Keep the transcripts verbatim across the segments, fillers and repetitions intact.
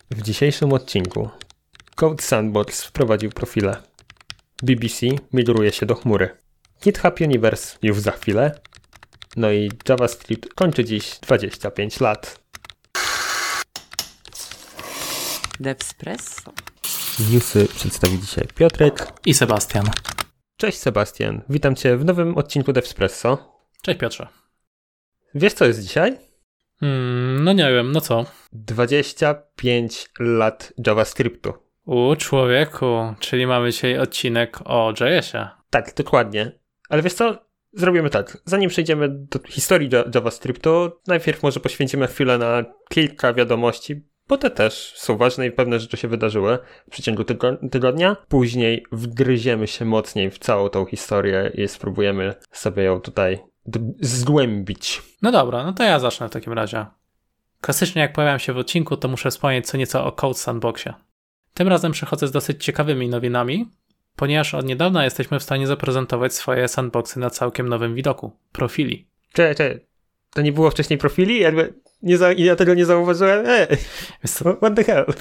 W dzisiejszym odcinku Code Sandbox wprowadził profile. B B C migruje się do chmury. GitHub Universe już za chwilę. No i JavaScript kończy dziś dwadzieścia pięć lat. Devspresso. Newsy przedstawi dzisiaj Piotrek i Sebastian. Cześć Sebastian, witam Cię w nowym odcinku Devspresso. Cześć Piotrze. Wiesz co jest dzisiaj? Hmm, no nie wiem, no co? dwadzieścia pięć lat JavaScriptu. U człowieku, czyli mamy dzisiaj odcinek o J S ie. Tak, dokładnie. Ale wiesz co? Zrobimy tak. Zanim przejdziemy do historii JavaScriptu, najpierw może poświęcimy chwilę na kilka wiadomości, bo te też są ważne i pewne rzeczy się wydarzyły w przeciągu tygo- tygodnia. Później wgryziemy się mocniej w całą tą historię i spróbujemy sobie ją tutaj d- zgłębić. No dobra, no to ja zacznę w takim razie. Klasycznie jak pojawiam się w odcinku, to muszę wspomnieć co nieco o Code Sandboxie. Tym razem przychodzę z dosyć ciekawymi nowinami, ponieważ od niedawna jesteśmy w stanie zaprezentować swoje sandboxy na całkiem nowym widoku. Profili. Czekaj, czekaj. To nie było wcześniej profili? Jakby nie za- ja tego nie zauważyłem. Ej, what the hell?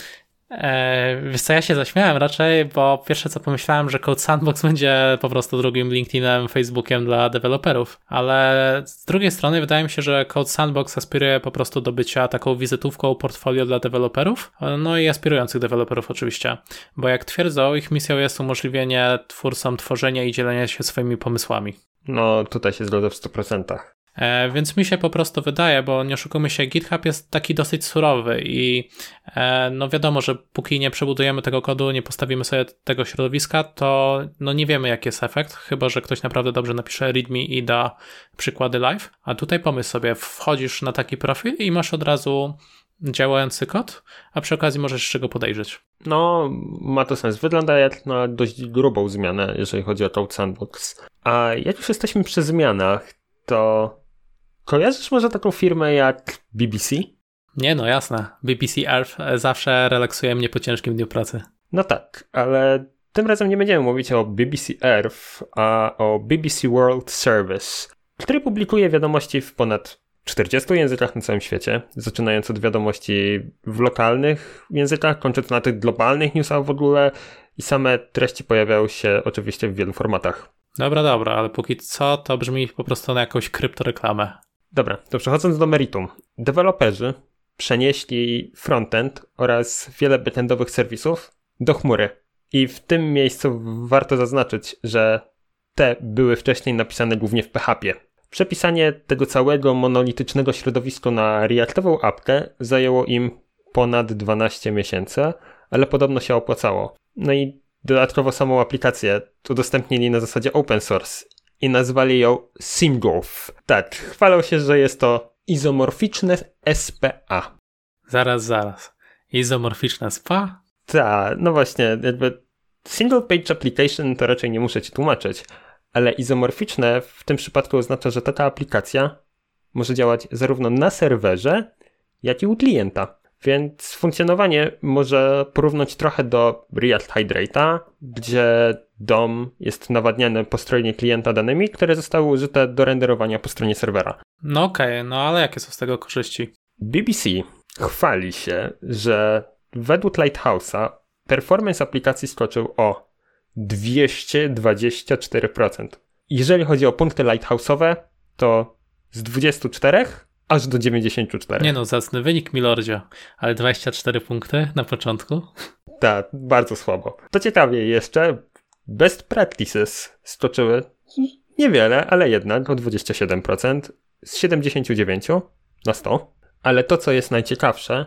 Eee, wiesz co, ja się zaśmiałem raczej, bo pierwsze co pomyślałem, że Code Sandbox będzie po prostu drugim LinkedInem, Facebookiem dla deweloperów, ale z drugiej strony wydaje mi się, że Code Sandbox aspiruje po prostu do bycia taką wizytówką portfolio dla deweloperów, no i aspirujących deweloperów oczywiście, bo jak twierdzą, ich misją jest umożliwienie twórcom tworzenia i dzielenia się swoimi pomysłami. No tutaj się zgodzę w stu procentach. E, więc mi się po prostu wydaje, bo nie oszukujmy się, GitHub jest taki dosyć surowy i e, no wiadomo, że póki nie przebudujemy tego kodu, nie postawimy sobie tego środowiska, to no nie wiemy jaki jest efekt, chyba że ktoś naprawdę dobrze napisze readme i da przykłady live, a tutaj pomyśl sobie, wchodzisz na taki profil i masz od razu działający kod, a przy okazji możesz z czego podejrzeć. No, ma to sens. Wygląda jak na dość grubą zmianę, jeżeli chodzi o Code Sandbox. A jak już jesteśmy przy zmianach, to kojarzysz może taką firmę jak B B C? Nie no, jasne. B B C Earth zawsze relaksuje mnie po ciężkim dniu pracy. No tak, ale tym razem nie będziemy mówić o B B C Earth, a o B B C World Service, który publikuje wiadomości w ponad czterdziestu językach na całym świecie, zaczynając od wiadomości w lokalnych językach, kończąc na tych globalnych newsach w ogóle i same treści pojawiają się oczywiście w wielu formatach. Dobra, dobra, ale póki co to brzmi po prostu na jakąś kryptoreklamę. Dobra, to przechodząc do meritum. Deweloperzy przenieśli frontend oraz wiele backendowych serwisów do chmury. I w tym miejscu warto zaznaczyć, że te były wcześniej napisane głównie w P H P. Przepisanie tego całego monolitycznego środowiska na reactową apkę zajęło im ponad dwanaście miesięcy, ale podobno się opłacało. No i dodatkowo samą aplikację udostępnili na zasadzie open source i nazwali ją SimGolf. Tak, chwalą się, że jest to izomorficzne S P A. Zaraz, zaraz. Izomorficzne S P A? Tak, no właśnie, jakby single page application to raczej nie muszę ci tłumaczyć, ale izomorficzne w tym przypadku oznacza, że taka aplikacja może działać zarówno na serwerze, jak i u klienta. Więc funkcjonowanie może porównać trochę do React Hydrate'a, gdzie D O M jest nawadniany po stronie klienta danymi, które zostały użyte do renderowania po stronie serwera. No okej, okay, no ale jakie są z tego korzyści? B B C chwali się, że według Lighthouse'a performance aplikacji skoczył o dwieście dwadzieścia cztery procent. Jeżeli chodzi o punkty Lighthouse'owe, to z dwudziestu czterech aż do dziewięćdziesięciu czterech. Nie no, zacny wynik, milordzie, ale dwadzieścia cztery punkty na początku? Tak, bardzo słabo. To ciekawie jeszcze, best practices skoczyły niewiele, ale jednak o dwadzieścia siedem procent z siedemdziesięciu dziewięciu na sto. Ale to, co jest najciekawsze,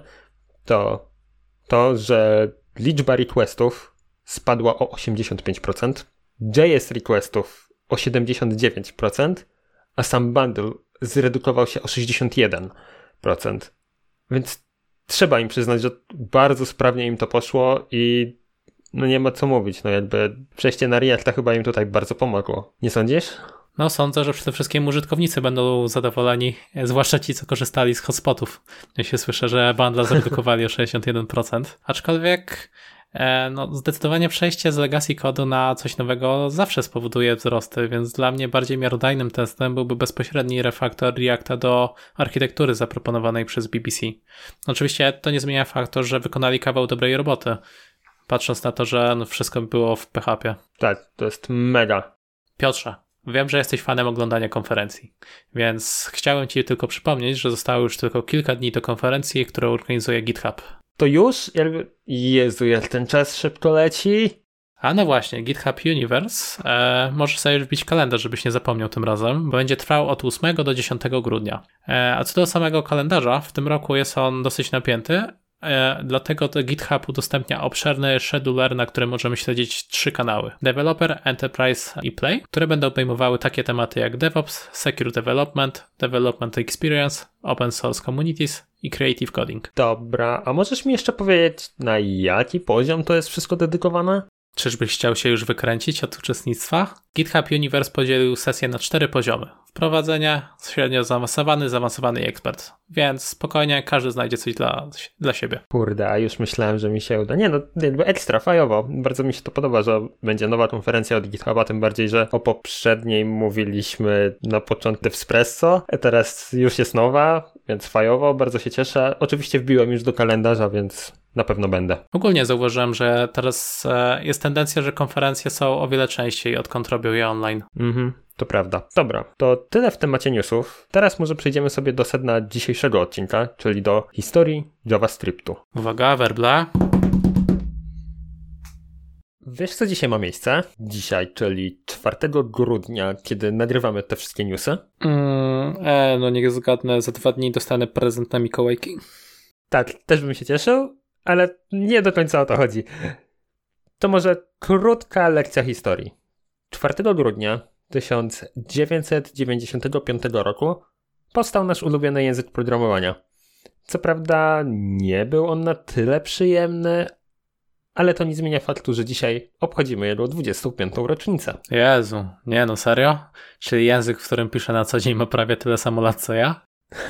to to, że liczba requestów spadła o osiemdziesiąt pięć procent, J S requestów o siedemdziesiąt dziewięć procent, a sam bundle zredukował się o sześćdziesiąt jeden procent. Więc trzeba im przyznać, że bardzo sprawnie im to poszło i no nie ma co mówić, no jakby przejście na Reacta chyba im tutaj bardzo pomogło. Nie sądzisz? No sądzę, że przede wszystkim użytkownicy będą zadowoleni, zwłaszcza ci, co korzystali z hotspotów. Ja się słyszę, że bundle zredukowali o sześćdziesiąt jeden procent. Aczkolwiek No, zdecydowanie przejście z legacy kodu na coś nowego zawsze spowoduje wzrosty, więc dla mnie bardziej miarodajnym testem byłby bezpośredni refaktor Reacta do architektury zaproponowanej przez B B C. Oczywiście to nie zmienia faktu, że wykonali kawał dobrej roboty, patrząc na to, że no wszystko było w P H P. Tak, to jest mega. Piotrze, wiem, że jesteś fanem oglądania konferencji, więc chciałem Ci tylko przypomnieć, że zostało już tylko kilka dni do konferencji, którą organizuje GitHub. To już? Jakby... Jezu, jak ten czas szybko leci. A no właśnie, GitHub Universe. E, możesz sobie wbić kalendarz, żebyś nie zapomniał tym razem, bo będzie trwał od ósmego do dziesiątego grudnia. E, a co do samego kalendarza, w tym roku jest on dosyć napięty, e, dlatego to GitHub udostępnia obszerny scheduler, na którym możemy śledzić trzy kanały. Developer, Enterprise i Play, które będą obejmowały takie tematy jak DevOps, Secure Development, Development Experience, Open Source Communities i Creative Coding. Dobra, a możesz mi jeszcze powiedzieć, na jaki poziom to jest wszystko dedykowane? Czyżbyś chciał się już wykręcić od uczestnictwa? GitHub Universe podzielił sesję na cztery poziomy. Wprowadzenie, średnio zaawansowany, zaawansowany i ekspert. Więc spokojnie, każdy znajdzie coś dla, dla siebie. Kurde, a już myślałem, że mi się uda. Nie no, jakby ekstra, fajowo. Bardzo mi się to podoba, że będzie nowa konferencja od GitHuba, tym bardziej, że o poprzedniej mówiliśmy na początku w Espresso, a teraz już jest nowa, więc fajowo, bardzo się cieszę. Oczywiście wbiłem już do kalendarza, więc na pewno będę. Ogólnie zauważyłem, że teraz jest tendencja, że konferencje są o wiele częściej, odkąd robią je online. Mhm, to prawda. Dobra, to tyle w temacie newsów. Teraz może przejdziemy sobie do sedna dzisiejszego odcinka, czyli do historii JavaScriptu. Uwaga, werble. Wiesz, co dzisiaj ma miejsce? Dzisiaj, czyli czwartego grudnia, kiedy nagrywamy te wszystkie newsy. Mm, e, no niech zgadnę, za dwa dni dostanę prezent na Mikołajki. Tak, też bym się cieszył, ale nie do końca o to chodzi. To może krótka lekcja historii. czwartego grudnia tysiąc dziewięćset dziewięćdziesiątego piątego roku powstał nasz ulubiony język programowania. Co prawda nie był on na tyle przyjemny, ale to nie zmienia faktu, że dzisiaj obchodzimy jego dwudziestą piątą rocznicę. Jezu, nie no serio? Czyli język, w którym piszę na co dzień ma prawie tyle samo lat co ja?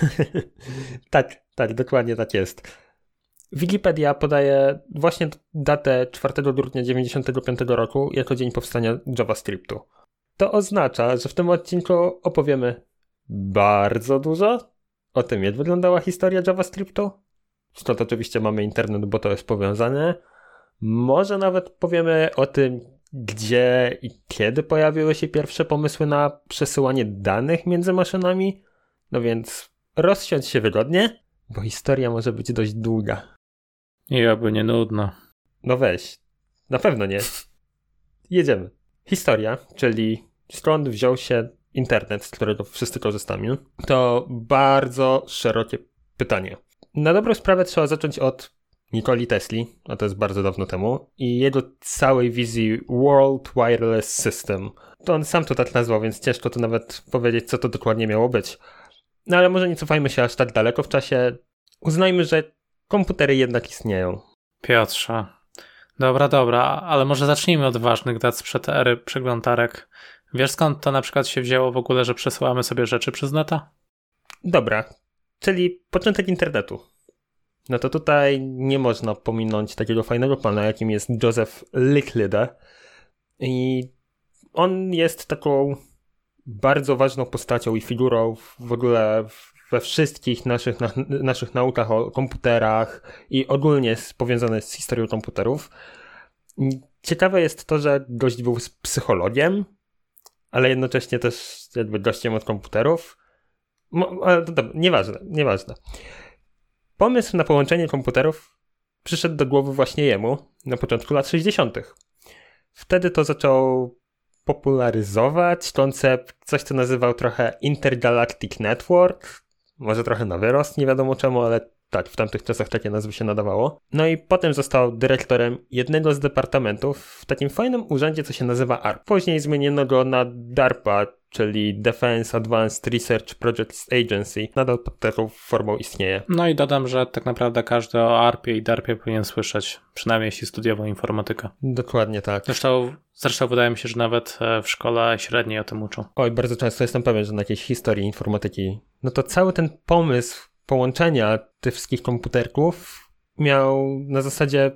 Tak, tak, dokładnie tak jest. Wikipedia podaje właśnie datę czwartego grudnia dziewięćdziesiątego piątego roku jako dzień powstania JavaScriptu. To oznacza, że w tym odcinku opowiemy bardzo dużo o tym, jak wyglądała historia JavaScriptu. Stąd oczywiście mamy internet, bo to jest powiązane. Może nawet powiemy o tym, gdzie i kiedy pojawiły się pierwsze pomysły na przesyłanie danych między maszynami. No więc rozsiądź się wygodnie, bo historia może być dość długa. I oby nie nudno. No weź, na pewno nie. Jedziemy. Historia, czyli skąd wziął się internet, z którego wszyscy korzystamy, to bardzo szerokie pytanie. Na dobrą sprawę trzeba zacząć od Nikoli Tesli, a to jest bardzo dawno temu, i jego całej wizji World Wireless System. To on sam to tak nazwał, więc ciężko to nawet powiedzieć, co to dokładnie miało być. No ale może nie cofajmy się aż tak daleko w czasie. Uznajmy, że komputery jednak istnieją. Piotrze. Dobra, dobra, ale może zacznijmy od ważnych dat sprzed ery przeglądarek. Wiesz, skąd to na przykład się wzięło w ogóle, że przesyłamy sobie rzeczy przez neta? Dobra, czyli początek internetu. No to tutaj nie można pominąć takiego fajnego pana, jakim jest Joseph Licklider. I on jest taką bardzo ważną postacią i figurą w ogóle we wszystkich naszych, na, naszych naukach o komputerach i ogólnie jest powiązane z historią komputerów. Ciekawe jest to, że gość był psychologiem, ale jednocześnie też jakby gościem od komputerów. Mo, ale to, to, nieważne, nieważne. Pomysł na połączenie komputerów przyszedł do głowy właśnie jemu na początku lat sześćdziesiątych. Wtedy to zaczął popularyzować koncept, coś co nazywał trochę Intergalactic Network, może trochę na wyrost, nie wiadomo czemu, ale tak, w tamtych czasach takie nazwy się nadawało. No i potem został dyrektorem jednego z departamentów w takim fajnym urzędzie, co się nazywa A R P. Później zmieniono go na DARPA, czyli Defense Advanced Research Projects Agency. Nadal pod taką formą istnieje. No i dodam, że tak naprawdę każdy o A R P ie i DARPie powinien słyszeć, przynajmniej jeśli studiował informatykę. Dokładnie tak. Zresztą, zresztą wydaje mi się, że nawet w szkole średniej o tym uczą. Oj, bardzo często jestem pewien, że na jakiejś historii informatyki. No to cały ten pomysł połączenia tych wszystkich komputerków miał na zasadzie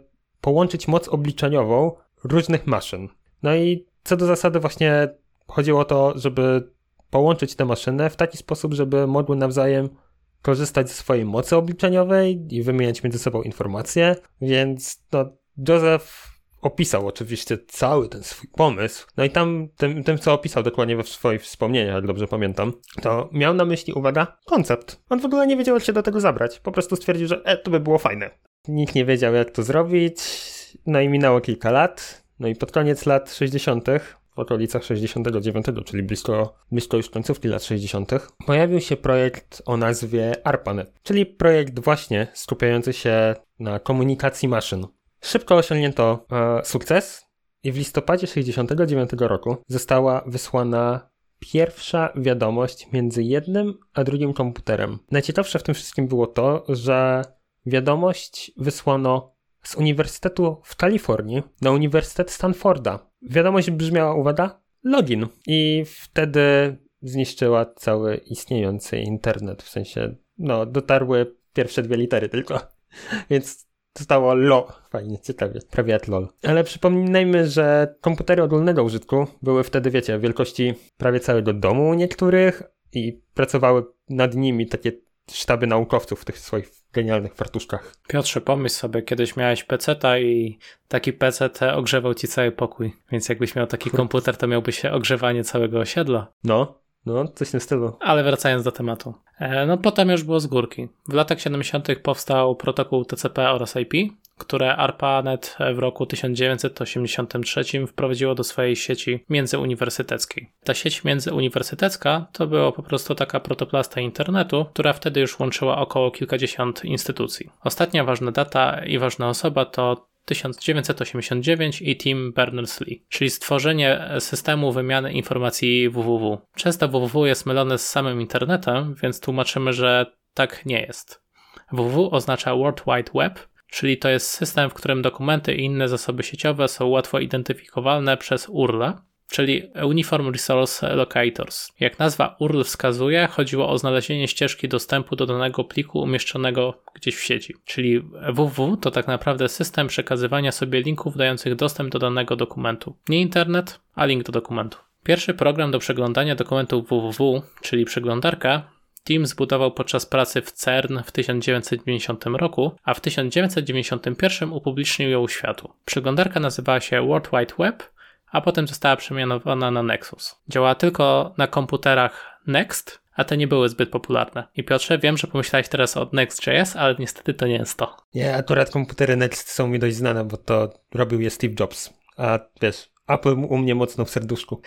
połączyć moc obliczeniową różnych maszyn. No i co do zasady właśnie chodziło o to, żeby połączyć te maszyny w taki sposób, żeby mogły nawzajem korzystać ze swojej mocy obliczeniowej i wymieniać między sobą informacje, więc no, Joseph opisał oczywiście cały ten swój pomysł, no i tam tym, tym, co opisał dokładnie we swoich wspomnieniach, jak dobrze pamiętam, to miał na myśli, uwaga, koncept. On w ogóle nie wiedział, jak się do tego zabrać, po prostu stwierdził, że e, to by było fajne. Nikt nie wiedział, jak to zrobić, no i minęło kilka lat, no i pod koniec lat sześćdziesiątych, w okolicach sześćdziesiątego dziewiątego, czyli blisko, blisko już końcówki lat sześćdziesiątych, pojawił się projekt o nazwie ARPANET, czyli projekt właśnie skupiający się na komunikacji maszyn. Szybko osiągnięto e, sukces i w listopadzie sześćdziesiątego dziewiątego roku została wysłana pierwsza wiadomość między jednym a drugim komputerem. Najciekawsze w tym wszystkim było to, że wiadomość wysłano z Uniwersytetu w Kalifornii na Uniwersytet Stanforda. Wiadomość brzmiała, uwaga, login. I wtedy zniszczyła cały istniejący internet. W sensie, no, dotarły pierwsze dwie litery tylko. Więc zostało LO. Fajnie, ciekawie. Prawie jak LOL. Ale przypomnijmy, że komputery ogólnego użytku były wtedy, wiecie, wielkości prawie całego domu niektórych i pracowały nad nimi takie sztaby naukowców w tych swoich genialnych fartuszkach. Piotrze, pomyśl sobie, kiedyś miałeś peceta i taki pecet ogrzewał ci cały pokój. Więc jakbyś miał taki komputer, to miałby się ogrzewanie całego osiedla. No, no, coś w tym stylu. Ale wracając do tematu. E, no potem już było z górki. W latach siedemdziesiątych powstał protokół T C P oraz I P, które ARPANET w roku tysiąc dziewięćset osiemdziesiątym trzecim wprowadziło do swojej sieci międzyuniwersyteckiej. Ta sieć międzyuniwersytecka to była po prostu taka protoplasta internetu, która wtedy już łączyła około kilkadziesiąt instytucji. Ostatnia ważna data i ważna osoba to tysiąc dziewięćset osiemdziesiąty dziewiąty i Tim Berners-Lee, czyli stworzenie systemu wymiany informacji W W W. Często W W W jest mylone z samym internetem, więc tłumaczymy, że tak nie jest. W W W oznacza World Wide Web, czyli to jest system, w którym dokumenty i inne zasoby sieciowe są łatwo identyfikowalne przez U R L, czyli Uniform Resource Locators. Jak nazwa U R L wskazuje, chodziło o znalezienie ścieżki dostępu do danego pliku umieszczonego gdzieś w sieci. Czyli W W W to tak naprawdę system przekazywania sobie linków dających dostęp do danego dokumentu. Nie internet, a link do dokumentu. Pierwszy program do przeglądania dokumentów W W W, czyli przeglądarka, Tim zbudował podczas pracy w C E R N w tysiąc dziewięćset dziewięćdziesiątym roku, a w tysiąc dziewięćset dziewięćdziesiątym pierwszym upublicznił ją światu. Przeglądarka nazywała się World Wide Web, a potem została przemianowana na Nexus. Działała tylko na komputerach Next, a te nie były zbyt popularne. I Piotrze, wiem, że pomyślałeś teraz o Next.js, ale niestety to nie jest to. Nie, akurat komputery Next są mi dość znane, bo to robił je Steve Jobs. A wiesz, Apple u mnie mocno w serduszku.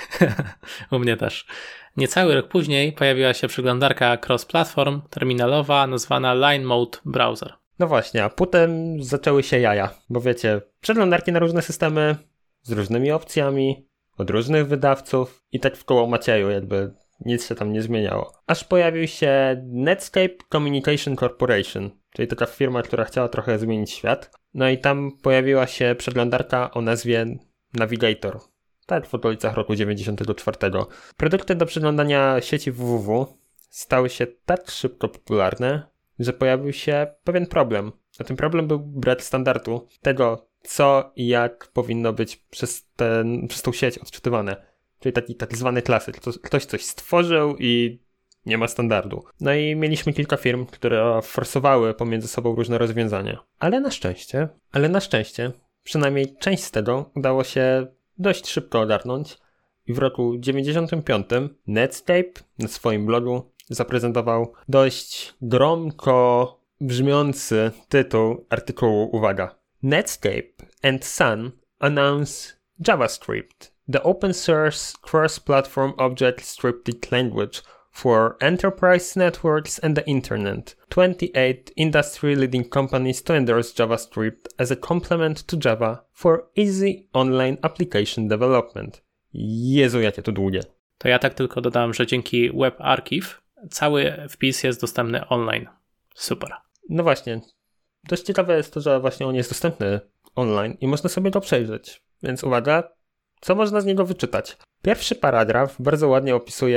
U mnie też. Niecały rok później pojawiła się przeglądarka cross-platform terminalowa nazwana Line Mode Browser. No właśnie, a potem zaczęły się jaja, bo wiecie, przeglądarki na różne systemy z różnymi opcjami, od różnych wydawców i tak w koło Macieju, jakby nic się tam nie zmieniało. Aż pojawił się Netscape Communication Corporation, czyli taka firma, która chciała trochę zmienić świat. No i tam pojawiła się przeglądarka o nazwie Navigator. Tak, w okolicach roku dziewięćdziesiątego czwartego. Produkty do przeglądania sieci W W W stały się tak szybko popularne, że pojawił się pewien problem. A ten problem był brak standardu tego, co i jak powinno być przez, ten, przez tą sieć odczytywane. Czyli taki tak zwany klasyk. Ktoś coś stworzył i nie ma standardu. No i mieliśmy kilka firm, które forsowały pomiędzy sobą różne rozwiązania. Ale na szczęście, ale na szczęście, przynajmniej część z tego udało się dość szybko ogarnąć i w roku dziewięćdziesiątym piątym Netscape na swoim blogu zaprezentował dość gromko brzmiący tytuł artykułu, uwaga. Netscape and Sun announce JavaScript, the open source cross-platform object scripted language for enterprise networks and the internet. twenty-eight industry-leading companies to endorse JavaScript as a complement to Java for easy online application development. Jezu, jakie to długie. To ja tak tylko dodam, że dzięki WebArchive cały wpis jest dostępny online. Super. No właśnie. Dość ciekawe jest to, że właśnie on jest dostępny online i można sobie go przejrzeć. Więc uwaga, co można z niego wyczytać? Pierwszy paragraf bardzo ładnie opisuje,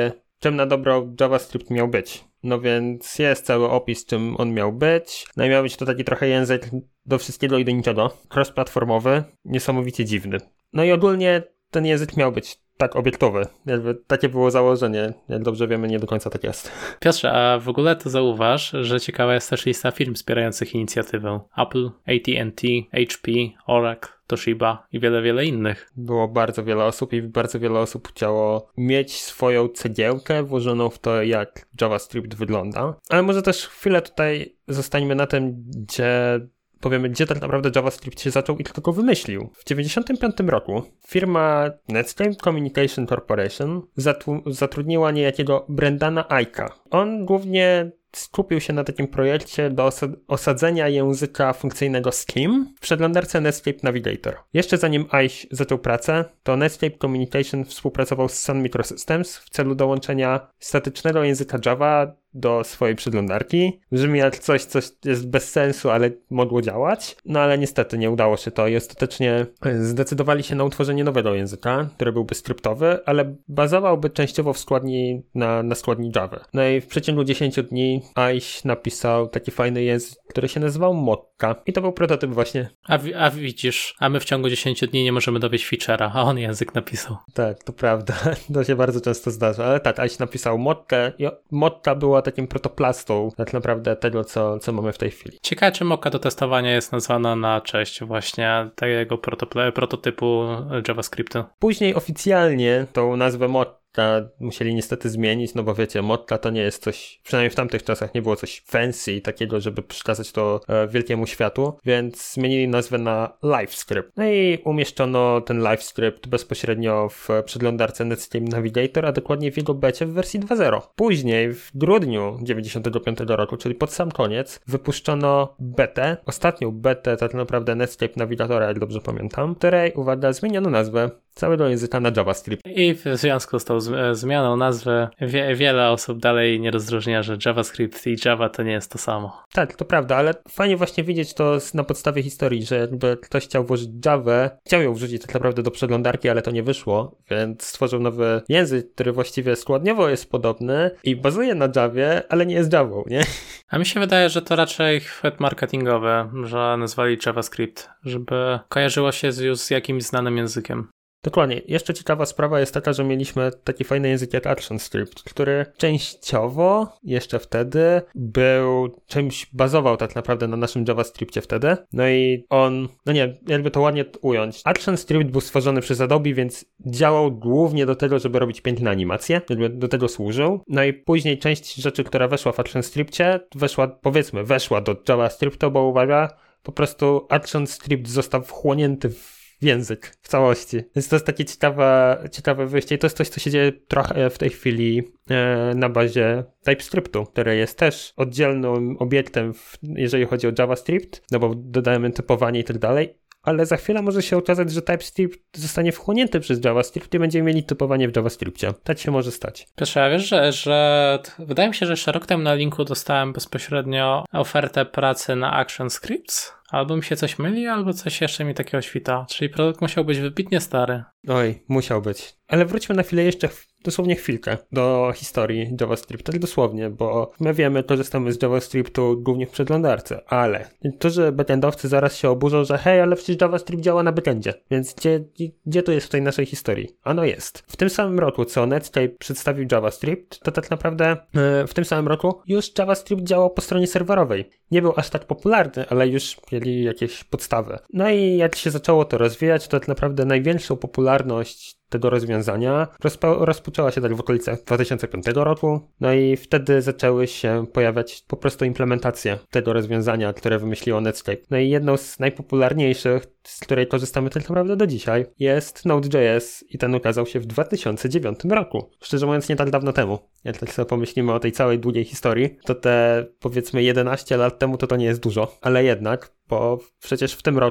czym na dobro JavaScript miał być. No więc jest cały opis, czym on miał być. No i miał być to taki trochę język do wszystkiego i do niczego. Cross-platformowy, niesamowicie dziwny. No i ogólnie ten język miał być tak obiektowy. Jakby takie było założenie. Jak dobrze wiemy, nie do końca tak jest. Piotrze, a w ogóle to zauważ, że ciekawa jest też lista firm wspierających inicjatywę. Apple, A T and T, H P, Oracle, Toshiba i wiele, wiele innych. Było bardzo wiele osób i bardzo wiele osób chciało mieć swoją cegiełkę włożoną w to, jak JavaScript wygląda. Ale może też chwilę tutaj zostańmy na tym, gdzie powiemy, gdzie tak naprawdę JavaScript się zaczął i kto go wymyślił. W dziewięćdziesiątym piątym roku firma Netscape Communication Corporation zatru- zatrudniła niejakiego Brendana Eicka. On głównie skupił się na takim projekcie do osad- osadzenia języka funkcyjnego Scheme w przeglądarce Netscape Navigator. Jeszcze zanim Eich zaczął pracę, to Netscape Communication współpracował z Sun Microsystems w celu dołączenia statycznego języka Java do swojej przeglądarki. Brzmi jak coś, coś jest bez sensu, ale mogło działać. No ale niestety nie udało się to i ostatecznie zdecydowali się na utworzenie nowego języka, który byłby skryptowy, ale bazowałby częściowo w składni na, na składni Java. No i w przeciągu dziesięciu dni Eich napisał taki fajny język, który się nazywał Mokka. I to był prototyp właśnie. A, a widzisz, a my w ciągu dziesięciu dni nie możemy dowieść feature'a, a on język napisał. Tak, to prawda. To się bardzo często zdarza. Ale tak, Eich napisał Mokkę i Mokka była takim protoplastą tak naprawdę tego, co, co mamy w tej chwili. Ciekawe, czy Mokka do testowania jest nazwana na cześć właśnie tego protople- prototypu JavaScriptu. Później oficjalnie tą nazwę Mokka musieli niestety zmienić, no bo wiecie, Mokka to nie jest coś, przynajmniej w tamtych czasach nie było coś fancy i takiego, żeby przekazać to e, wielkiemu światu, więc zmienili nazwę na LiveScript. No i umieszczono ten LiveScript bezpośrednio w przeglądarce Netscape Navigator, a dokładnie w jego becie w wersji dwa zero. Później w grudniu dziewięćdziesiątego piątego roku, czyli pod sam koniec, wypuszczono betę, ostatnią betę tak naprawdę Netscape Navigatora, jak dobrze pamiętam, której, uwaga, zmieniono nazwę całego języka na JavaScript. I w związku z tą z- zmianą nazwy wie- wiele osób dalej nie rozróżnia, że JavaScript i Java to nie jest to samo. Tak, to prawda, ale fajnie właśnie widzieć to na podstawie historii, że jakby ktoś chciał włożyć Javę, chciał ją wrzucić tak naprawdę do przeglądarki, ale to nie wyszło, więc stworzył nowy język, który właściwie składniowo jest podobny i bazuje na Javie, ale nie jest Javą, nie? A mi się wydaje, że to raczej chwyt marketingowy, że nazwali JavaScript, żeby kojarzyło się z już z jakimś znanym językiem. Dokładnie. Jeszcze ciekawa sprawa jest taka, że mieliśmy taki fajny język jak ActionScript, który częściowo jeszcze wtedy był czymś, bazował tak naprawdę na naszym JavaScriptie wtedy. No i on, no nie, jakby to ładnie ująć. ActionScript był stworzony przez Adobe, więc działał głównie do tego, żeby robić piękne animacje, jakby do tego służył. No i później część rzeczy, która weszła w ActionScriptie, weszła, powiedzmy, weszła do JavaScriptu, bo uwaga, po prostu ActionScript został wchłonięty w język w całości. Więc to jest takie ciekawe, ciekawe wyjście i to jest coś, co się dzieje trochę w tej chwili e, na bazie TypeScriptu, który jest też oddzielnym obiektem, w, jeżeli chodzi o JavaScript, no bo dodajemy typowanie i tak dalej, ale za chwilę może się okazać, że TypeScript zostanie wchłonięty przez JavaScript i będziemy mieli typowanie w JavaScriptie. Tak się może stać. Piotrze, a wiesz, że, że wydaje mi się, że jeszcze rok temu na linku dostałem bezpośrednio ofertę pracy na ActionScripts. Albo mi się coś myli, albo coś jeszcze mi takiego świta. Czyli produkt musiał być wybitnie stary. Oj, musiał być. Ale wróćmy na chwilę jeszcze, dosłownie chwilkę, do historii JavaScripta, dosłownie, bo my wiemy, korzystamy z JavaScriptu głównie w przeglądarce, ale niektórzy backendowcy zaraz się oburzą, że hej, ale przecież JavaScript działa na backendzie, więc gdzie, gdzie to jest w tej naszej historii? Ano jest. W tym samym roku, co Netscape przedstawił JavaScript, to tak naprawdę yy, w tym samym roku już JavaScript działał po stronie serwerowej. Nie był aż tak popularny, ale już mieli jakieś podstawy. No i jak się zaczęło to rozwijać, to tak naprawdę największą popularność tego rozwiązania rozpo- rozpoczęła się tak w okolicach dwa tysiące piątego roku, no i wtedy zaczęły się pojawiać po prostu implementacje tego rozwiązania, które wymyśliło Netscape. No i jedną z najpopularniejszych, z której korzystamy tak naprawdę do dzisiaj, jest Node.js i ten ukazał się w dwa tysiące dziewiątym roku. Szczerze mówiąc, nie tak dawno temu. Jak tak sobie pomyślimy o tej całej długiej historii, to te powiedzmy jedenaście lat temu to to nie jest dużo, ale jednak, bo przecież w tym roku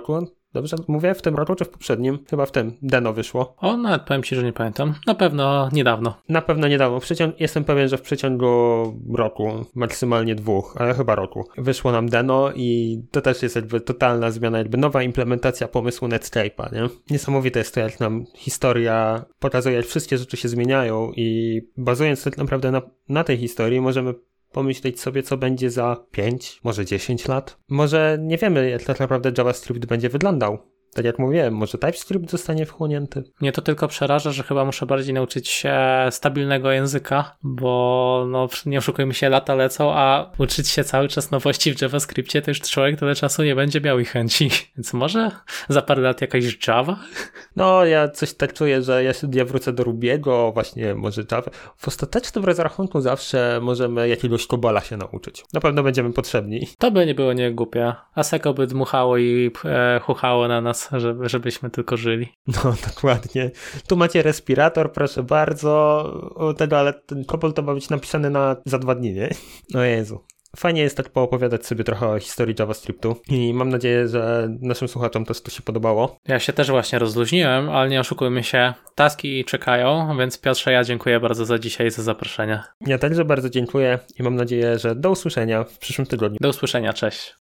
Dobrze mówię? W tym roku czy w poprzednim? Chyba w tym. Deno wyszło. O, nawet powiem ci, że nie pamiętam. Na pewno niedawno. Na pewno niedawno. Przeciąg- jestem pewien, że w przeciągu roku, maksymalnie dwóch, ale chyba roku, wyszło nam Deno i to też jest jakby totalna zmiana, jakby nowa implementacja pomysłu Netscape'a, nie? Niesamowite jest to, jak nam historia pokazuje, jak wszystkie rzeczy się zmieniają i bazując tak naprawdę na, na tej historii możemy pomyśleć sobie, co będzie za pięć, może dziesięć lat. Może nie wiemy, jak tak naprawdę JavaScript będzie wyglądał. Tak jak mówiłem, może TypeScript zostanie wchłonięty. Mnie to tylko przeraża, że chyba muszę bardziej nauczyć się stabilnego języka, bo no nie oszukujmy się, lata lecą, a uczyć się cały czas nowości w JavaScriptie to już człowiek tyle czasu nie będzie miał i chęci. Więc może za parę lat jakaś Java? No, ja coś tak czuję, że ja, ja wrócę do Rubiego, właśnie może Java. W ostatecznym rozrachunku zawsze możemy jakiegoś Kobola się nauczyć. Na pewno będziemy potrzebni. To by nie było niegłupie. Aseko by dmuchało i e, chuchało na nas, żeby, żebyśmy tylko żyli. No, dokładnie. Tu macie respirator, proszę bardzo. O, tego, ale ten Kobol to ma być napisany na za dwa dni, nie? O Jezu. Fajnie jest tak poopowiadać sobie trochę o historii JavaScriptu i mam nadzieję, że naszym słuchaczom też to się podobało. Ja się też właśnie rozluźniłem, ale nie oszukujmy się, taski czekają, więc Piotrze, ja dziękuję bardzo za dzisiaj i za zaproszenie. Ja także bardzo dziękuję i mam nadzieję, że do usłyszenia w przyszłym tygodniu. Do usłyszenia, cześć.